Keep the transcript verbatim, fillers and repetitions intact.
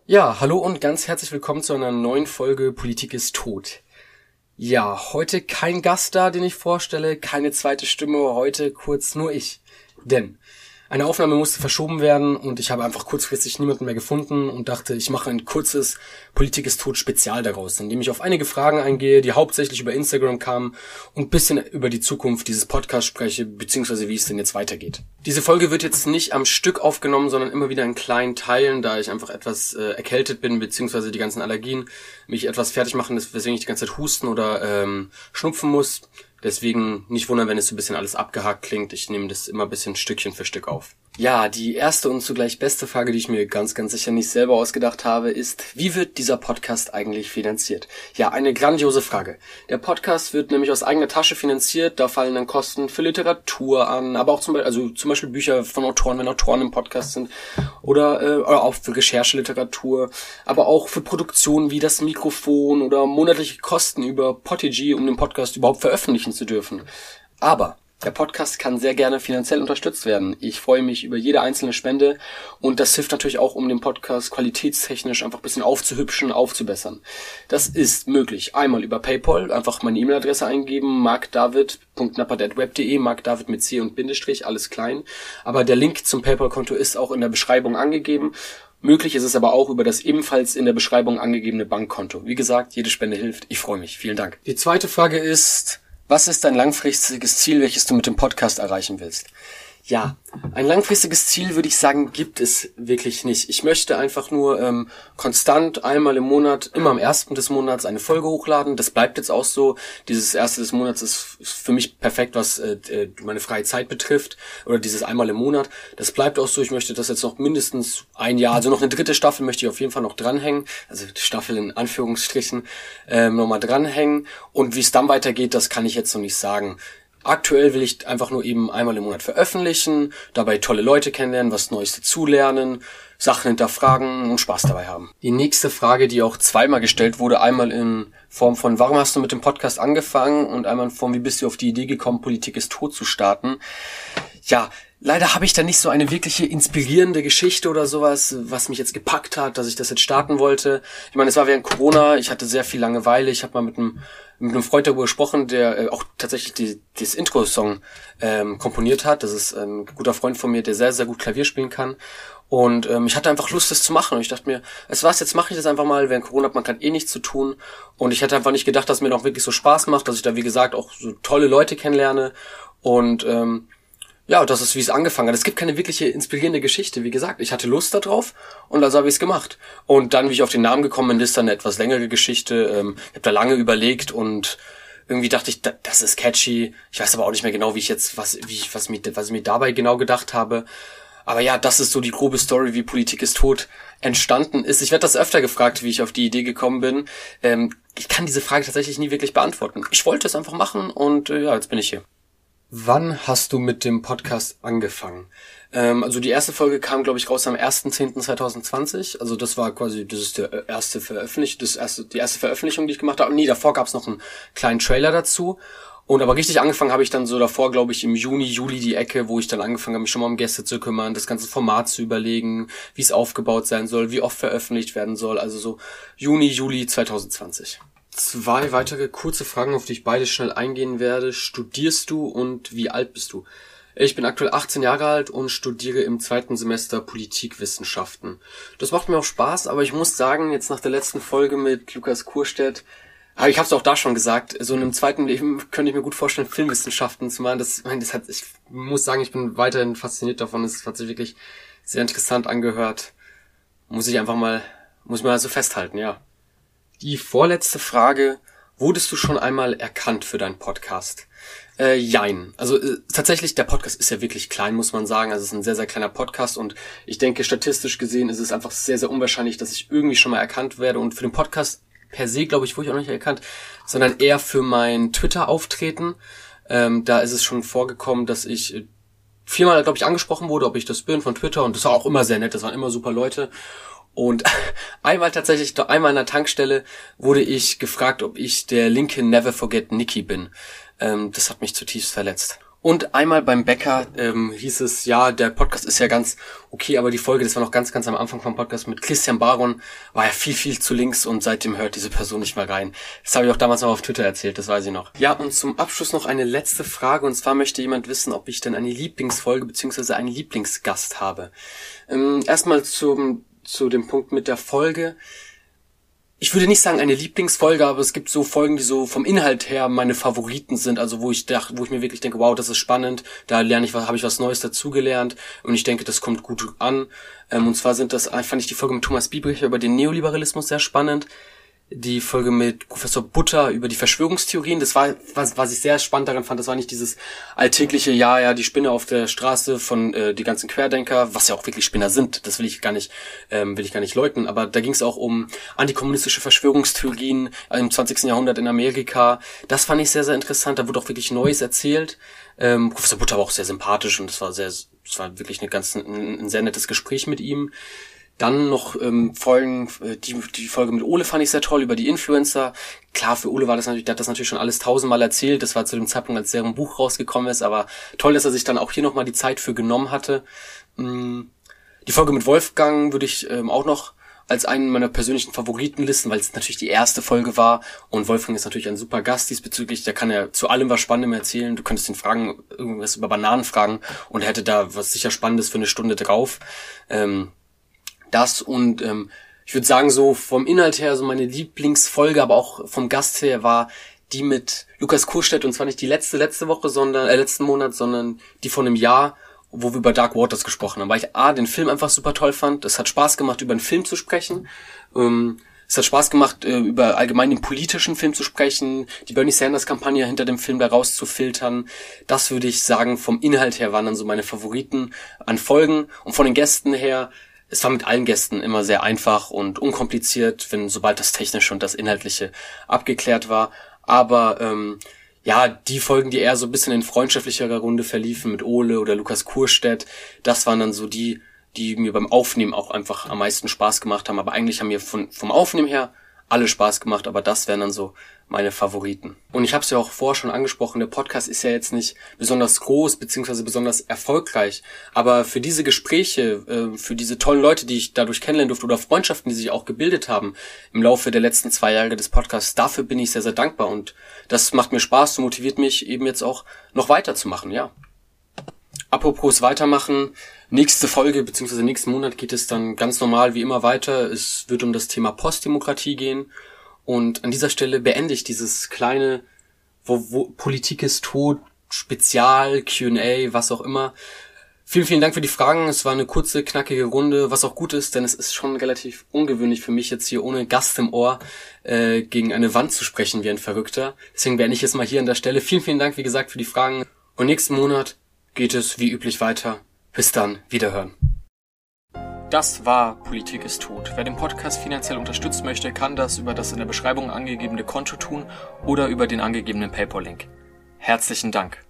Ja, hallo und ganz herzlich willkommen zu einer neuen Folge Politik ist tot. Ja, heute kein Gast da, den ich vorstelle, keine zweite Stimme, heute kurz nur ich. Denn eine Aufnahme musste verschoben werden und ich habe einfach kurzfristig niemanden mehr gefunden und dachte, ich mache ein kurzes Politik ist tot Spezial daraus, in dem ich auf einige Fragen eingehe, die hauptsächlich über Instagram kamen und ein bisschen über die Zukunft dieses Podcasts spreche, beziehungsweise wie es denn jetzt weitergeht. Diese Folge wird jetzt nicht am Stück aufgenommen, sondern immer wieder in kleinen Teilen, da ich einfach etwas äh, erkältet bin, beziehungsweise die ganzen Allergien mich etwas fertig machen, weswegen ich die ganze Zeit husten oder ähm, schnupfen muss. Deswegen nicht wundern, wenn es so ein bisschen alles abgehakt klingt. Ich nehme das immer ein bisschen Stückchen für Stück auf. Ja, die erste und zugleich beste Frage, die ich mir ganz, ganz sicher nicht selber ausgedacht habe, ist, wie wird dieser Podcast eigentlich finanziert? Ja, eine grandiose Frage. Der Podcast wird nämlich aus eigener Tasche finanziert. Da fallen dann Kosten für Literatur an, aber auch zum Beispiel, also zum Beispiel Bücher von Autoren, wenn Autoren im Podcast sind, oder, äh, oder auch für Rechercheliteratur, aber auch für Produktionen wie das Mikrofon oder monatliche Kosten über Podigy, um den Podcast überhaupt veröffentlichen zu dürfen. Aber der Podcast kann sehr gerne finanziell unterstützt werden. Ich freue mich über jede einzelne Spende und das hilft natürlich auch, um den Podcast qualitätstechnisch einfach ein bisschen aufzuhübschen, aufzubessern. Das ist möglich. Einmal über PayPal, einfach meine E-Mail-Adresse eingeben, markdavid punkt nappert at web punkt de, markdavid mit C und Bindestrich, alles klein. Aber der Link zum PayPal-Konto ist auch in der Beschreibung angegeben. Möglich ist es aber auch über das ebenfalls in der Beschreibung angegebene Bankkonto. Wie gesagt, jede Spende hilft. Ich freue mich. Vielen Dank. Die zweite Frage ist: Was ist dein langfristiges Ziel, welches du mit dem Podcast erreichen willst? Ja, ein langfristiges Ziel, würde ich sagen, gibt es wirklich nicht. Ich möchte einfach nur ähm, konstant einmal im Monat, immer am ersten des Monats eine Folge hochladen. Das bleibt jetzt auch so. Dieses erste des Monats ist für mich perfekt, was äh, meine freie Zeit betrifft. Oder dieses einmal im Monat. Das bleibt auch so. Ich möchte das jetzt noch mindestens ein Jahr, also noch eine dritte Staffel möchte ich auf jeden Fall noch dranhängen. Also die Staffel in Anführungsstrichen ähm, nochmal dranhängen. Und wie es dann weitergeht, das kann ich jetzt noch nicht sagen. Aktuell will ich einfach nur eben einmal im Monat veröffentlichen, dabei tolle Leute kennenlernen, was Neues dazulernen, Sachen hinterfragen und Spaß dabei haben. Die nächste Frage, die auch zweimal gestellt wurde, einmal in Form von, warum hast du mit dem Podcast angefangen, und einmal in Form, wie bist du auf die Idee gekommen, Politik ist tot zu starten. Ja, leider habe ich da nicht so eine wirkliche inspirierende Geschichte oder sowas, was mich jetzt gepackt hat, dass ich das jetzt starten wollte. Ich meine, es war während Corona, ich hatte sehr viel Langeweile, ich habe mal mit einem mit einem Freund darüber gesprochen, der äh, auch tatsächlich die, dieses Intro-Song ähm, komponiert hat. Das ist ein guter Freund von mir, der sehr, sehr gut Klavier spielen kann. Und ähm, ich hatte einfach Lust, das zu machen. Und ich dachte mir, weißt du was, jetzt mache ich das einfach mal. Während Corona hat man gerade eh nichts zu tun. Und ich hätte einfach nicht gedacht, dass mir noch wirklich so Spaß macht, dass ich da, wie gesagt, auch so tolle Leute kennenlerne. Und ähm, ja, das ist, wie es angefangen hat. Es gibt keine wirkliche inspirierende Geschichte. Wie gesagt, ich hatte Lust darauf und also habe ich es gemacht. Und dann, wie ich auf den Namen gekommen bin, ist dann eine etwas längere Geschichte. Ähm, ich habe da lange überlegt und irgendwie dachte ich, das ist catchy. Ich weiß aber auch nicht mehr genau, wie ich jetzt, was, wie ich, was mir, was ich mir dabei genau gedacht habe. Aber ja, das ist so die grobe Story, wie Politik ist tot entstanden ist. Ich werde das öfter gefragt, wie ich auf die Idee gekommen bin. Ähm, ich kann diese Frage tatsächlich nie wirklich beantworten. Ich wollte es einfach machen und äh, ja, jetzt bin ich hier. Wann hast du mit dem Podcast angefangen? Ähm, also die erste Folge kam, glaube ich, raus am erster zehnter zweitausendzwanzig. Also das war quasi, das ist der erste Veröffentlichung, das erste, die erste Veröffentlichung, die ich gemacht habe. Nee, davor gab es noch einen kleinen Trailer dazu. Und aber richtig angefangen habe ich dann so davor, glaube ich, im Juni, Juli die Ecke, wo ich dann angefangen habe, mich schon mal um Gäste zu kümmern, das ganze Format zu überlegen, wie es aufgebaut sein soll, wie oft veröffentlicht werden soll. Also so Juni, Juli zweitausendzwanzig. Zwei weitere kurze Fragen, auf die ich beide schnell eingehen werde. Studierst du und wie alt bist du? Ich bin aktuell achtzehn Jahre alt und studiere im zweiten Semester Politikwissenschaften. Das macht mir auch Spaß, aber ich muss sagen, jetzt nach der letzten Folge mit Lukas Kurstedt, ich habe es auch da schon gesagt, so in einem zweiten Leben könnte ich mir gut vorstellen, Filmwissenschaften zu machen. Das, das hat, ich muss sagen, ich bin weiterhin fasziniert davon. Es hat sich wirklich sehr interessant angehört. Muss ich einfach mal, muss man also festhalten, ja. Die vorletzte Frage: Wurdest du schon einmal erkannt für deinen Podcast? Äh, jein. Also äh, tatsächlich, der Podcast ist ja wirklich klein, muss man sagen. Also es ist ein sehr, sehr kleiner Podcast und ich denke, statistisch gesehen ist es einfach sehr, sehr unwahrscheinlich, dass ich irgendwie schon mal erkannt werde. Und für den Podcast per se, glaube ich, wurde ich auch noch nicht erkannt, sondern eher für mein Twitter-Auftreten. Ähm, da ist es schon vorgekommen, dass ich äh, viermal, glaube ich, angesprochen wurde, ob ich das bin von Twitter. Und das war auch immer sehr nett, das waren immer super Leute. Und einmal tatsächlich, einmal an der Tankstelle wurde ich gefragt, ob ich der linke Never Forget Nicky bin. Ähm, das hat mich zutiefst verletzt. Und einmal beim Bäcker ähm, hieß es, ja, der Podcast ist ja ganz okay, aber die Folge, das war noch ganz, ganz am Anfang vom Podcast mit Christian Baron, war ja viel, viel zu links und seitdem hört diese Person nicht mehr rein. Das habe ich auch damals noch auf Twitter erzählt, das weiß ich noch. Ja, und zum Abschluss noch eine letzte Frage, und zwar möchte jemand wissen, ob ich denn eine Lieblingsfolge bzw. einen Lieblingsgast habe. Ähm, erstmal zum zu dem Punkt mit der Folge. Ich würde nicht sagen eine Lieblingsfolge, aber es gibt so Folgen, die so vom Inhalt her meine Favoriten sind, also wo ich dachte, wo ich mir wirklich denke, wow, das ist spannend, da lerne ich was, habe ich was Neues dazugelernt und ich denke, das kommt gut an. Ähm, und zwar sind das, fand ich die Folge mit Thomas Biebricher über den Neoliberalismus sehr spannend. Die Folge mit Professor Butter über die Verschwörungstheorien, das war, was, was ich sehr spannend daran fand, das war nicht dieses alltägliche, ja, ja, die Spinne auf der Straße von äh, die ganzen Querdenker, was ja auch wirklich Spinner sind, das will ich gar nicht, ähm, will ich gar nicht leugnen, aber da ging es auch um antikommunistische Verschwörungstheorien im zwanzigsten Jahrhundert in Amerika, das fand ich sehr, sehr interessant, da wurde auch wirklich Neues erzählt. Ähm, Professor Butter war auch sehr sympathisch und das war sehr, es war wirklich eine ganz, ein, ein sehr nettes Gespräch mit ihm. Dann noch ähm, Folgen, die die Folge mit Ole fand ich sehr toll, über die Influencer. Klar, für Ole war das natürlich, der hat das natürlich schon alles tausendmal erzählt. Das war zu dem Zeitpunkt, als deren Buch rausgekommen ist. Aber toll, dass er sich dann auch hier nochmal die Zeit für genommen hatte. Die Folge mit Wolfgang würde ich ähm, auch noch als einen meiner persönlichen Favoriten listen, weil es natürlich die erste Folge war. Und Wolfgang ist natürlich ein super Gast diesbezüglich. Der kann ja zu allem was Spannendem erzählen. Du könntest ihn fragen, irgendwas über Bananen fragen. Und er hätte da was sicher Spannendes für eine Stunde drauf. Ähm, Das und ähm, ich würde sagen, so vom Inhalt her, so meine Lieblingsfolge, aber auch vom Gast her war die mit Lukas Kurstedt, und zwar nicht die letzte letzte Woche, sondern äh, letzten Monat, sondern die von einem Jahr, wo wir über Dark Waters gesprochen haben, weil ich A, den Film einfach super toll fand. Es hat Spaß gemacht, über einen Film zu sprechen. Ähm, es hat Spaß gemacht, äh, über allgemein den politischen Film zu sprechen, die Bernie Sanders-Kampagne hinter dem Film da rauszufiltern. Das würde ich sagen, vom Inhalt her waren dann so meine Favoriten an Folgen. Und von den Gästen her, es war mit allen Gästen immer sehr einfach und unkompliziert, wenn sobald das Technische und das Inhaltliche abgeklärt war. Aber ähm, ja, die Folgen, die eher so ein bisschen in freundschaftlicherer Runde verliefen mit Ole oder Lukas Kurstedt, das waren dann so die, die mir beim Aufnehmen auch einfach am meisten Spaß gemacht haben. Aber eigentlich haben mir von vom Aufnehmen her alle Spaß gemacht, aber das wären dann so meine Favoriten. Und ich habe es ja auch vorher schon angesprochen, der Podcast ist ja jetzt nicht besonders groß beziehungsweise besonders erfolgreich, aber für diese Gespräche, äh, für diese tollen Leute, die ich dadurch kennenlernen durfte oder Freundschaften, die sich auch gebildet haben im Laufe der letzten zwei Jahre des Podcasts, dafür bin ich sehr, sehr dankbar und das macht mir Spaß und motiviert mich eben jetzt auch noch weiterzumachen, ja. Apropos weitermachen, nächste Folge bzw. nächsten Monat geht es dann ganz normal wie immer weiter. Es wird um das Thema Postdemokratie gehen und an dieser Stelle beende ich dieses kleine wo, wo Politik ist tot, Spezial, Q und A, was auch immer. Vielen, vielen Dank für die Fragen. Es war eine kurze, knackige Runde, was auch gut ist, denn es ist schon relativ ungewöhnlich für mich jetzt hier ohne Gast im Ohr äh, gegen eine Wand zu sprechen wie ein Verrückter. Deswegen beende ich es mal hier an der Stelle. Vielen, vielen Dank, wie gesagt, für die Fragen und nächsten Monat geht es wie üblich weiter. Bis dann, wiederhören. Das war Politik ist tot. Wer den Podcast finanziell unterstützen möchte, kann das über das in der Beschreibung angegebene Konto tun oder über den angegebenen PayPal-Link. Herzlichen Dank.